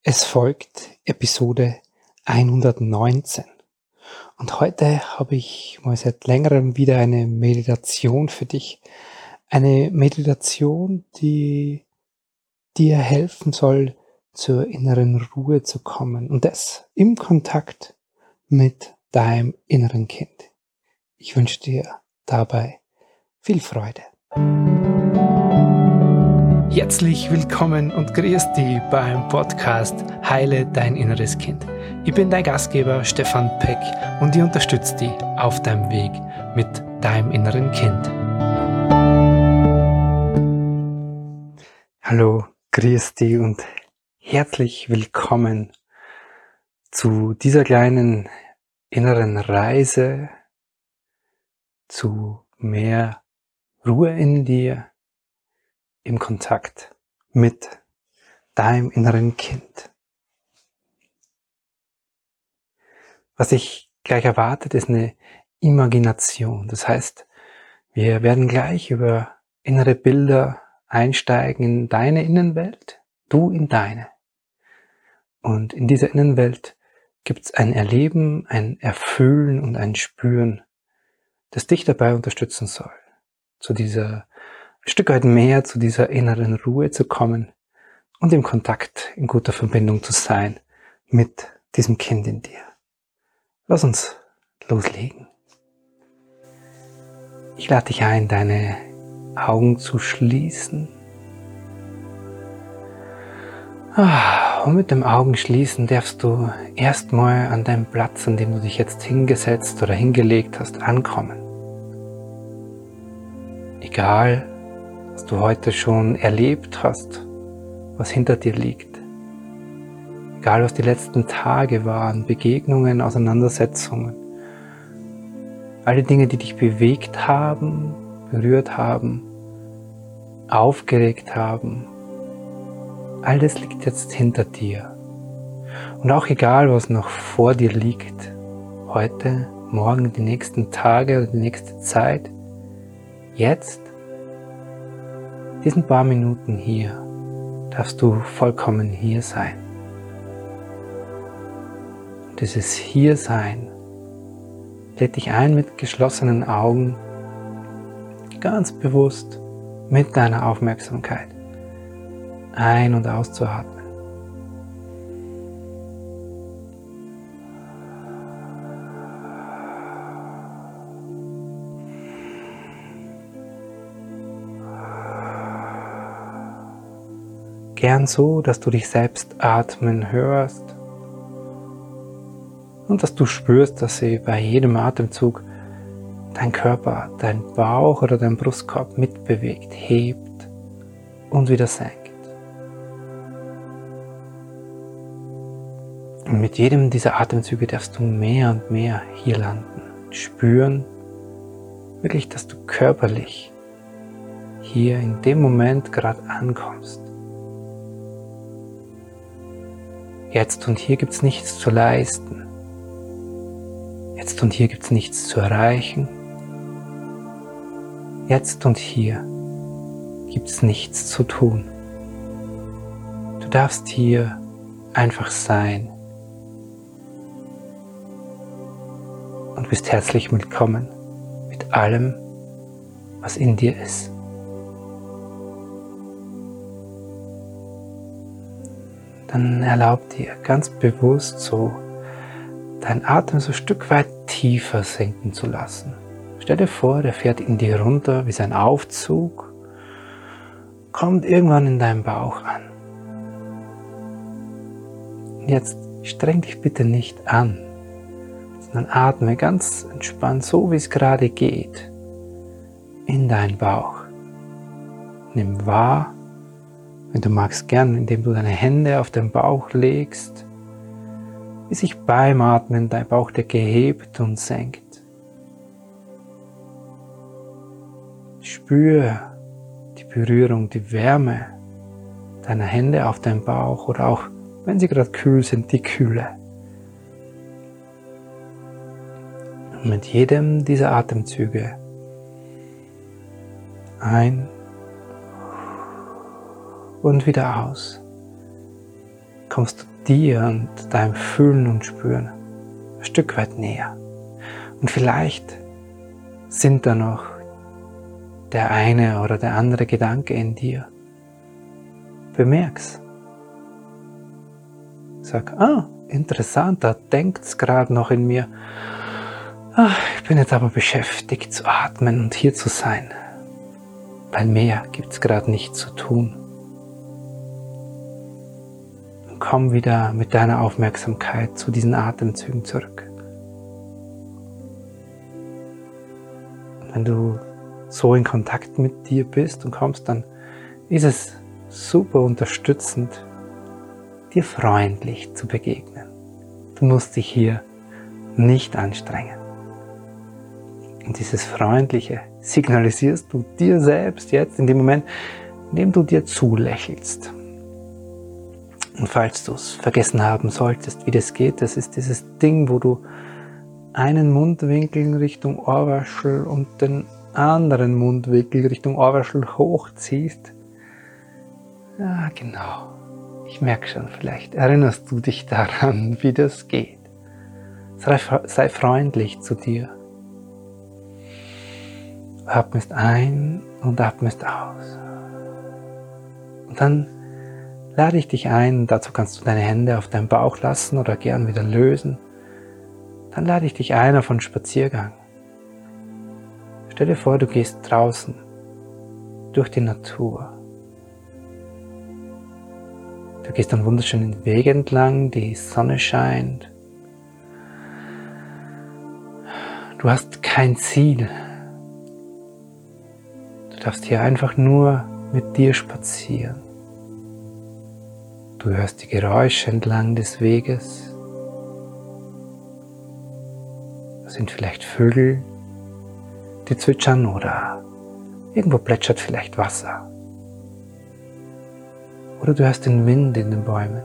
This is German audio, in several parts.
Es folgt Episode 119 und heute habe ich mal seit längerem wieder eine Meditation für dich. Eine Meditation, die dir helfen soll, zur inneren Ruhe zu kommen und das im Kontakt mit deinem inneren Kind. Ich wünsche dir dabei viel Freude. Herzlich willkommen und grüß dich beim Podcast Heile dein inneres Kind. Ich bin dein Gastgeber Stefan Peck und ich unterstütze dich auf deinem Weg mit deinem inneren Kind. Hallo, grüß dich und herzlich willkommen zu dieser kleinen inneren Reise zu mehr Ruhe in dir, im Kontakt mit deinem inneren Kind. Was dich gleich erwartet, ist eine Imagination. Das heißt, wir werden gleich über innere Bilder einsteigen in deine Innenwelt, du in deine. Und in dieser Innenwelt gibt es ein Erleben, ein Erfüllen und ein Spüren, das dich dabei unterstützen soll, ein Stück weit mehr zu dieser inneren Ruhe zu kommen und im Kontakt, in guter Verbindung zu sein mit diesem Kind in dir. Lass uns loslegen. Ich lade dich ein, deine Augen zu schließen. Und mit dem Augenschließen darfst du erstmal an deinem Platz, an dem du dich jetzt hingesetzt oder hingelegt hast, ankommen. Egal, was du heute schon erlebt hast, was hinter dir liegt. Egal, was die letzten Tage waren, Begegnungen, Auseinandersetzungen. Alle Dinge, die dich bewegt haben, berührt haben, aufgeregt haben. All das liegt jetzt hinter dir. Und auch egal, was noch vor dir liegt, heute, morgen, die nächsten Tage oder die nächste Zeit, jetzt, diesen paar Minuten hier, darfst du vollkommen hier sein. Und dieses Hiersein lädt dich ein, mit geschlossenen Augen ganz bewusst mit deiner Aufmerksamkeit ein- und auszuatmen. Gern so, dass du dich selbst atmen hörst und dass du spürst, dass sie bei jedem Atemzug dein Körper, dein Bauch oder dein Brustkorb mitbewegt, hebt und wieder senkt. Und mit jedem dieser Atemzüge darfst du mehr und mehr hier landen, spüren, wirklich, dass du körperlich hier in dem Moment gerade ankommst. Jetzt und hier gibt es nichts zu leisten. Jetzt und hier gibt es nichts zu erreichen. Jetzt und hier gibt es nichts zu tun. Du darfst hier einfach sein und bist herzlich willkommen mit allem, was in dir ist. Dann erlaub dir ganz bewusst so, deinen Atem so ein Stück weit tiefer sinken zu lassen. Stell dir vor, der fährt in dir runter wie sein Aufzug, kommt irgendwann in deinem Bauch an. Und jetzt streng dich bitte nicht an, sondern atme ganz entspannt, so wie es gerade geht, in deinen Bauch. Nimm wahr, wenn du magst, gern, indem du deine Hände auf den Bauch legst, wie sich beim Atmen dein Bauchdecke hebt und senkt. Spür die Berührung, die Wärme deiner Hände auf deinem Bauch oder auch, wenn sie gerade kühl sind, die Kühle. Und mit jedem dieser Atemzüge ein und wieder aus, kommst du dir und deinem Fühlen und Spüren ein Stück weit näher. Und vielleicht sind da noch der eine oder der andere Gedanke in dir. Bemerk's. Sag, interessant, da denkt's gerade noch in mir. Ich bin jetzt aber beschäftigt zu atmen und hier zu sein, weil mehr gibt's gerade nicht zu tun. Und komm wieder mit deiner Aufmerksamkeit zu diesen Atemzügen zurück. Und wenn du so in Kontakt mit dir bist und kommst, dann ist es super unterstützend, dir freundlich zu begegnen. Du musst dich hier nicht anstrengen. Und dieses Freundliche signalisierst du dir selbst jetzt in dem Moment, in dem du dir zulächelst. Und falls du es vergessen haben solltest, wie das geht, das ist dieses Ding, wo du einen Mundwinkel Richtung Ohrwaschel und den anderen Mundwinkel Richtung Ohrwaschel hochziehst. Ja, genau. Ich merke schon, vielleicht erinnerst du dich daran, wie das geht. Sei freundlich zu dir. Atmest ein und atmest aus. Und dann lade ich dich ein, dazu kannst du deine Hände auf deinem Bauch lassen oder gern wieder lösen. Dann lade ich dich ein auf einen Spaziergang. Stell dir vor, du gehst draußen durch die Natur. Du gehst einen wunderschönen Weg entlang, die Sonne scheint. Du hast kein Ziel. Du darfst hier einfach nur mit dir spazieren. Du hörst die Geräusche entlang des Weges. Das sind vielleicht Vögel, die zwitschern oder irgendwo plätschert vielleicht Wasser. Oder du hörst den Wind in den Bäumen.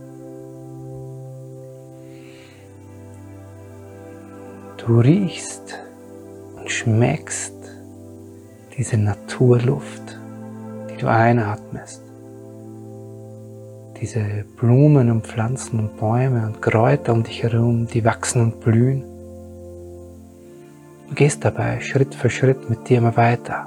Du riechst und schmeckst diese Naturluft, die du einatmest. Diese Blumen und Pflanzen und Bäume und Kräuter um dich herum, die wachsen und blühen. Du gehst dabei Schritt für Schritt mit dir immer weiter.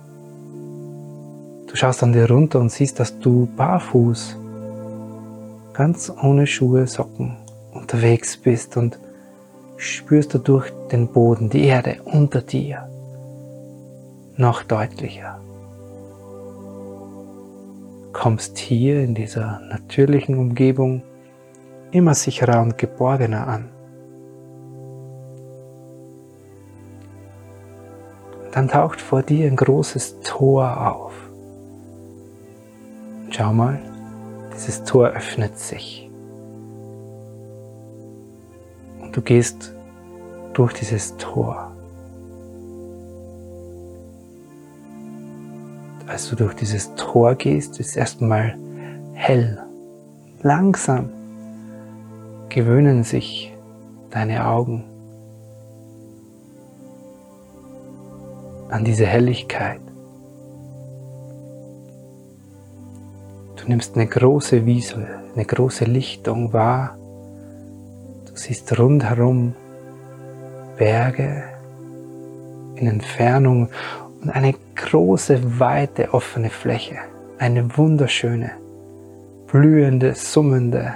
Du schaust an dir runter und siehst, dass du barfuß, ganz ohne Schuhe, Socken unterwegs bist und spürst dadurch den Boden, die Erde unter dir noch deutlicher. Kommst hier in dieser natürlichen Umgebung immer sicherer und geborgener an. Dann taucht vor dir ein großes Tor auf. Schau mal, dieses Tor öffnet sich. Und du gehst durch dieses Tor. Als du durch dieses Tor gehst, ist es erstmal hell. Langsam gewöhnen sich deine Augen an diese Helligkeit. Du nimmst eine große Wiese, eine große Lichtung wahr. Du siehst rundherum Berge in Entfernung und eine große, weite, offene Fläche. Eine wunderschöne, blühende, summende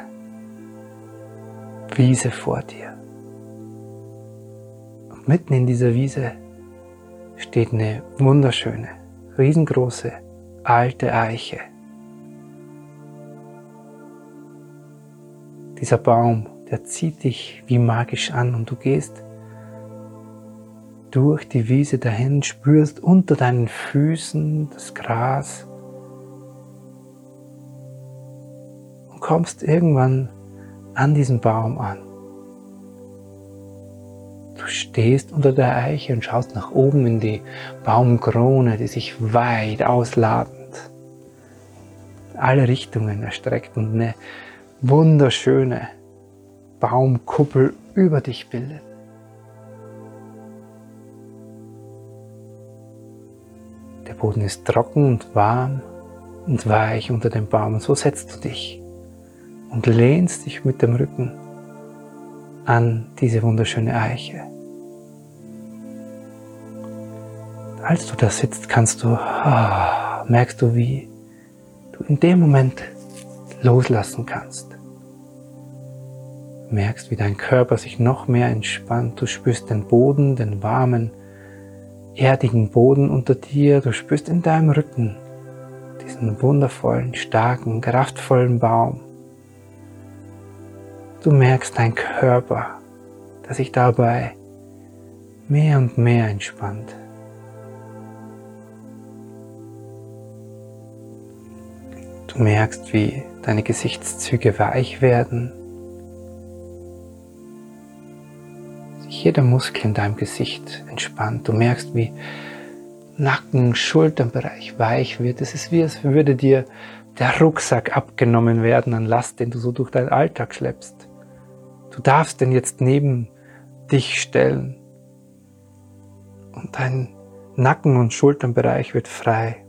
Wiese vor dir. Und mitten in dieser Wiese steht eine wunderschöne, riesengroße, alte Eiche. Dieser Baum, der zieht dich wie magisch an und du gehst durch die Wiese dahin, spürst unter deinen Füßen das Gras und kommst irgendwann an diesem Baum an. Du stehst unter der Eiche und schaust nach oben in die Baumkrone, die sich weit ausladend in alle Richtungen erstreckt und eine wunderschöne Baumkuppel über dich bildet. Der Boden ist trocken und warm und weich unter dem Baum und so setzt du dich und lehnst dich mit dem Rücken an diese wunderschöne Eiche. Als du da sitzt, merkst du, wie du in dem Moment loslassen kannst. Du merkst, wie dein Körper sich noch mehr entspannt. Du spürst den Boden, den warmen, erdigen Boden unter dir. Du spürst in deinem Rücken diesen wundervollen, starken, kraftvollen Baum. Du merkst deinen Körper, der sich dabei mehr und mehr entspannt. Du merkst, wie deine Gesichtszüge weich werden. Sich jeder Muskel in deinem Gesicht entspannt. Du merkst, wie Nacken, Schulternbereich weich wird. Es ist wie, als würde dir der Rucksack abgenommen werden an Last, den du so durch deinen Alltag schleppst. Du darfst den jetzt neben dich stellen. Und dein Nacken- und Schulternbereich wird frei.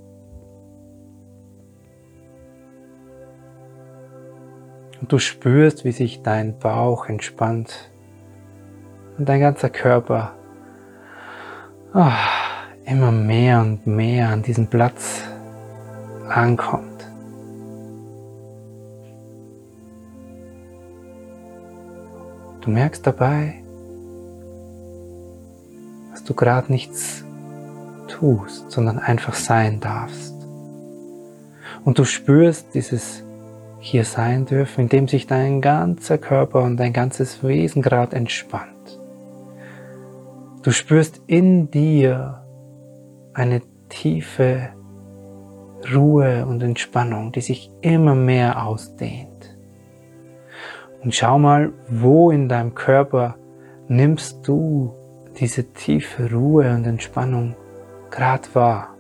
Und du spürst, wie sich dein Bauch entspannt und dein ganzer Körper immer mehr und mehr an diesem Platz ankommt. Du merkst dabei, dass du gerade nichts tust, sondern einfach sein darfst. Und du spürst dieses hier sein dürfen, indem sich dein ganzer Körper und dein ganzes Wesen gerade entspannt. Du spürst in dir eine tiefe Ruhe und Entspannung, die sich immer mehr ausdehnt. Und schau mal, wo in deinem Körper nimmst du diese tiefe Ruhe und Entspannung gerade wahr.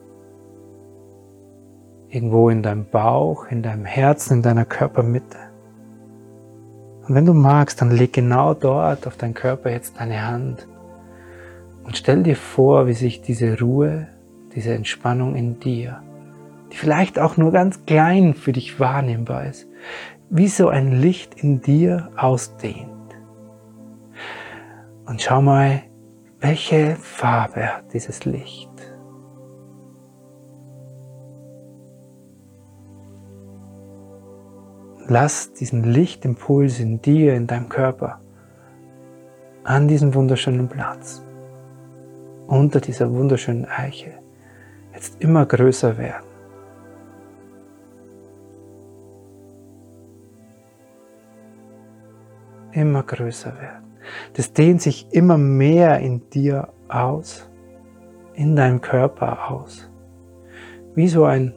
Irgendwo in deinem Bauch, in deinem Herzen, in deiner Körpermitte. Und wenn du magst, dann leg genau dort auf deinen Körper jetzt deine Hand und stell dir vor, wie sich diese Ruhe, diese Entspannung in dir, die vielleicht auch nur ganz klein für dich wahrnehmbar ist, wie so ein Licht in dir ausdehnt. Und schau mal, welche Farbe hat dieses Licht? Lass diesen Lichtimpuls in dir, in deinem Körper, an diesem wunderschönen Platz, unter dieser wunderschönen Eiche, jetzt immer größer werden. Immer größer werden. Das dehnt sich immer mehr in dir aus, in deinem Körper aus, wie so ein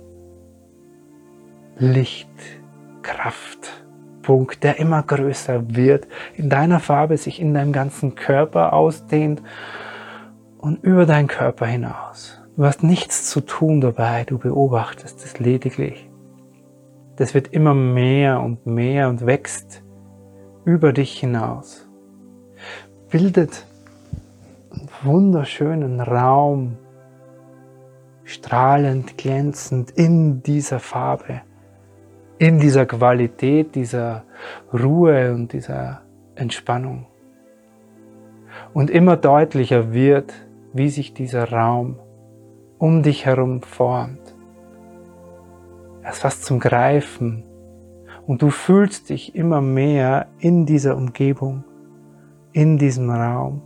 Lichtkraftpunkt, der immer größer wird, in deiner Farbe sich in deinem ganzen Körper ausdehnt und über deinen Körper hinaus. Du hast nichts zu tun dabei, du beobachtest es lediglich. Das wird immer mehr und wächst über dich hinaus. Bildet einen wunderschönen Raum, strahlend, glänzend in dieser Farbe, in dieser Qualität, dieser Ruhe und dieser Entspannung. Und immer deutlicher wird, wie sich dieser Raum um dich herum formt. Er ist fast zum Greifen und du fühlst dich immer mehr in dieser Umgebung, in diesem Raum,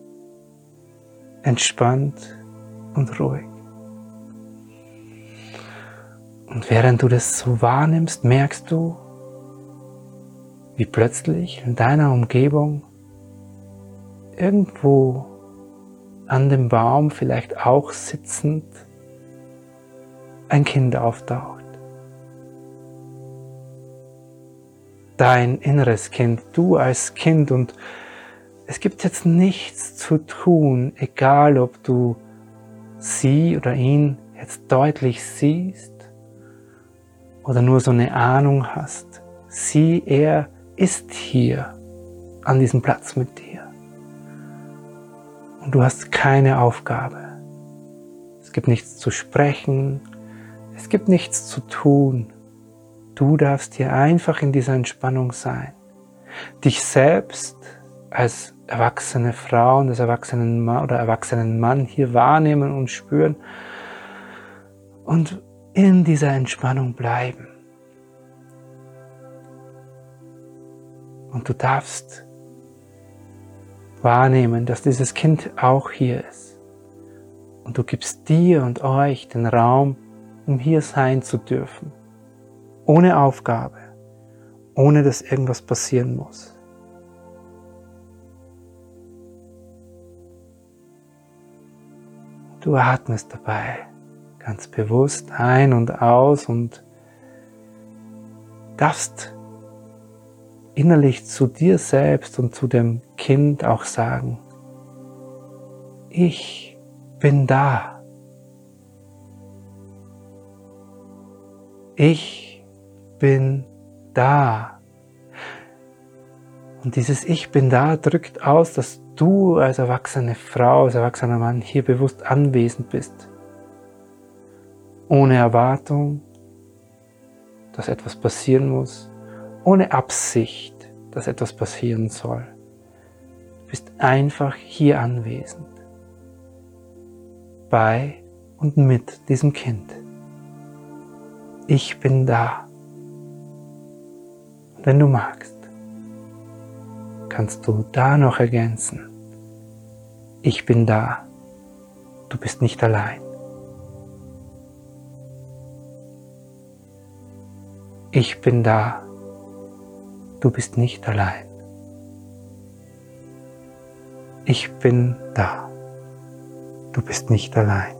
entspannt und ruhig. Und während du das so wahrnimmst, merkst du, wie plötzlich in deiner Umgebung irgendwo an dem Baum, vielleicht auch sitzend, ein Kind auftaucht. Dein inneres Kind, du als Kind, und es gibt jetzt nichts zu tun, egal ob du sie oder ihn jetzt deutlich siehst oder nur so eine Ahnung hast. Er ist hier an diesem Platz mit dir. Und du hast keine Aufgabe. Es gibt nichts zu sprechen, es gibt nichts zu tun. Du darfst hier einfach in dieser Entspannung sein. Dich selbst als erwachsene Frau und als erwachsenen Mann oder erwachsenen Mann hier wahrnehmen und spüren und in dieser Entspannung bleiben. Und du darfst wahrnehmen, dass dieses Kind auch hier ist. Und du gibst dir und euch den Raum, um hier sein zu dürfen. Ohne Aufgabe, ohne dass irgendwas passieren muss. Du atmest dabei ganz bewusst ein und aus und darfst innerlich zu dir selbst und zu dem Kind auch sagen, ich bin da. Ich bin da. Und dieses Ich bin da drückt aus, dass du als erwachsene Frau, als erwachsener Mann hier bewusst anwesend bist. Ohne Erwartung, dass etwas passieren muss, ohne Absicht, dass etwas passieren soll. Du bist einfach hier anwesend, bei und mit diesem Kind. Ich bin da. Und wenn du magst, kannst du da noch ergänzen. Ich bin da. Du bist nicht allein. Ich bin da. Du bist nicht allein. Ich bin da. Du bist nicht allein.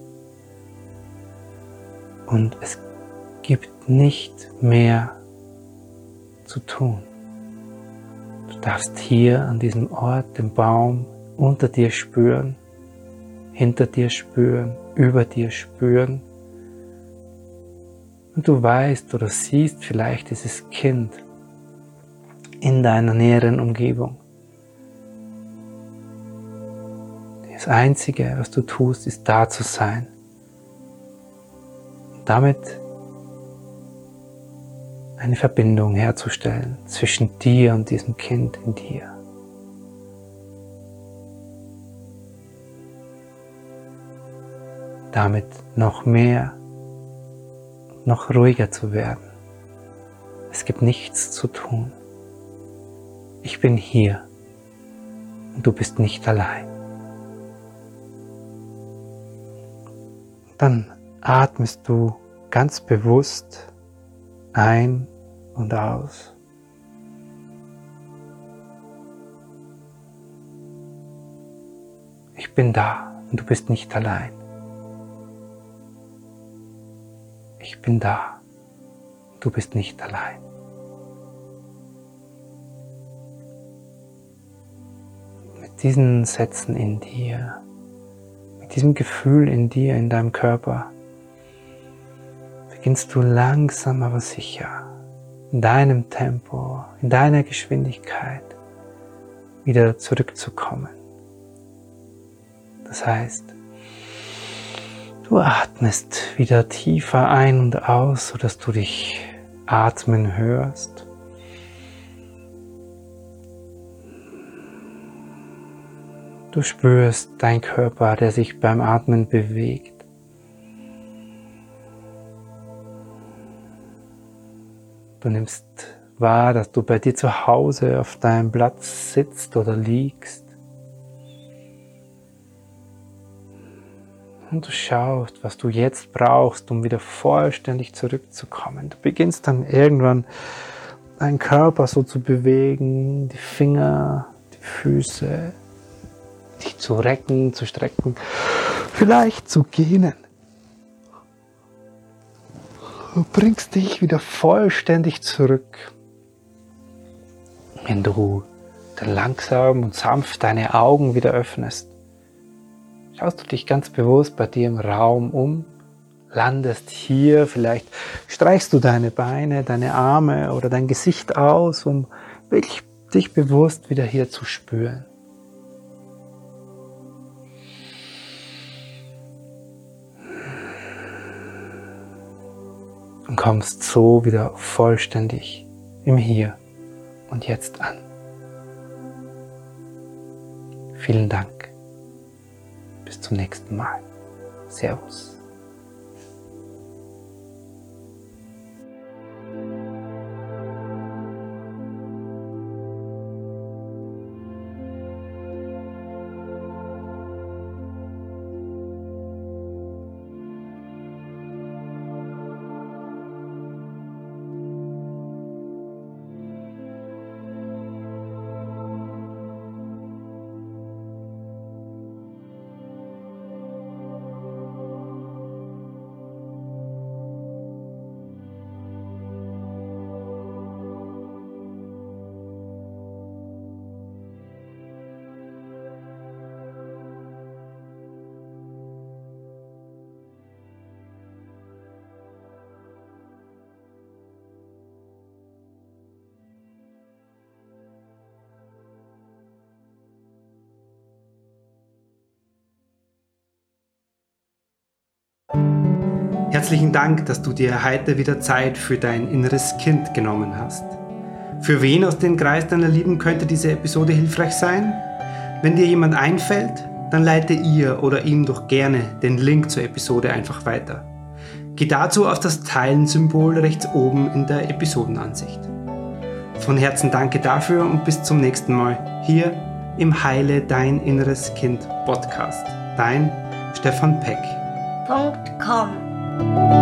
Und es gibt nicht mehr zu tun. Du darfst hier an diesem Ort den Baum unter dir spüren, hinter dir spüren, über dir spüren. Und du weißt oder siehst vielleicht dieses Kind in deiner näheren Umgebung. Das Einzige, was du tust, ist da zu sein. Und damit eine Verbindung herzustellen zwischen dir und diesem Kind in dir. Damit noch mehr, noch ruhiger zu werden. Es gibt nichts zu tun. Ich bin hier und du bist nicht allein. Dann atmest du ganz bewusst ein und aus. Ich bin da und du bist nicht allein. Ich bin da, du bist nicht allein. Mit diesen Sätzen in dir, mit diesem Gefühl in dir, in deinem Körper, beginnst du langsam aber sicher, in deinem Tempo, in deiner Geschwindigkeit wieder zurückzukommen. Das heißt, du atmest wieder tiefer ein und aus, sodass du dich atmen hörst. Du spürst deinen Körper, der sich beim Atmen bewegt. Du nimmst wahr, dass du bei dir zu Hause auf deinem Platz sitzt oder liegst. Und du schaust, was du jetzt brauchst, um wieder vollständig zurückzukommen. Du beginnst dann irgendwann deinen Körper so zu bewegen, die Finger, die Füße, dich zu recken, zu strecken, vielleicht zu gähnen. Du bringst dich wieder vollständig zurück. Wenn du dann langsam und sanft deine Augen wieder öffnest, schaust du dich ganz bewusst bei dir im Raum um, landest hier, vielleicht streichst du deine Beine, deine Arme oder dein Gesicht aus, um wirklich dich bewusst wieder hier zu spüren. und kommst so wieder vollständig im Hier und Jetzt an. Vielen Dank. Bis zum nächsten Mal. Servus. Herzlichen Dank, dass du dir heute wieder Zeit für dein inneres Kind genommen hast. Für wen aus dem Kreis deiner Lieben könnte diese Episode hilfreich sein? Wenn dir jemand einfällt, dann leite ihr oder ihm doch gerne den Link zur Episode einfach weiter. Geh dazu auf das Teilen-Symbol rechts oben in der Episodenansicht. Von Herzen danke dafür und bis zum nächsten Mal hier im Heile Dein Inneres Kind Podcast. Dein Stefan Peck. .com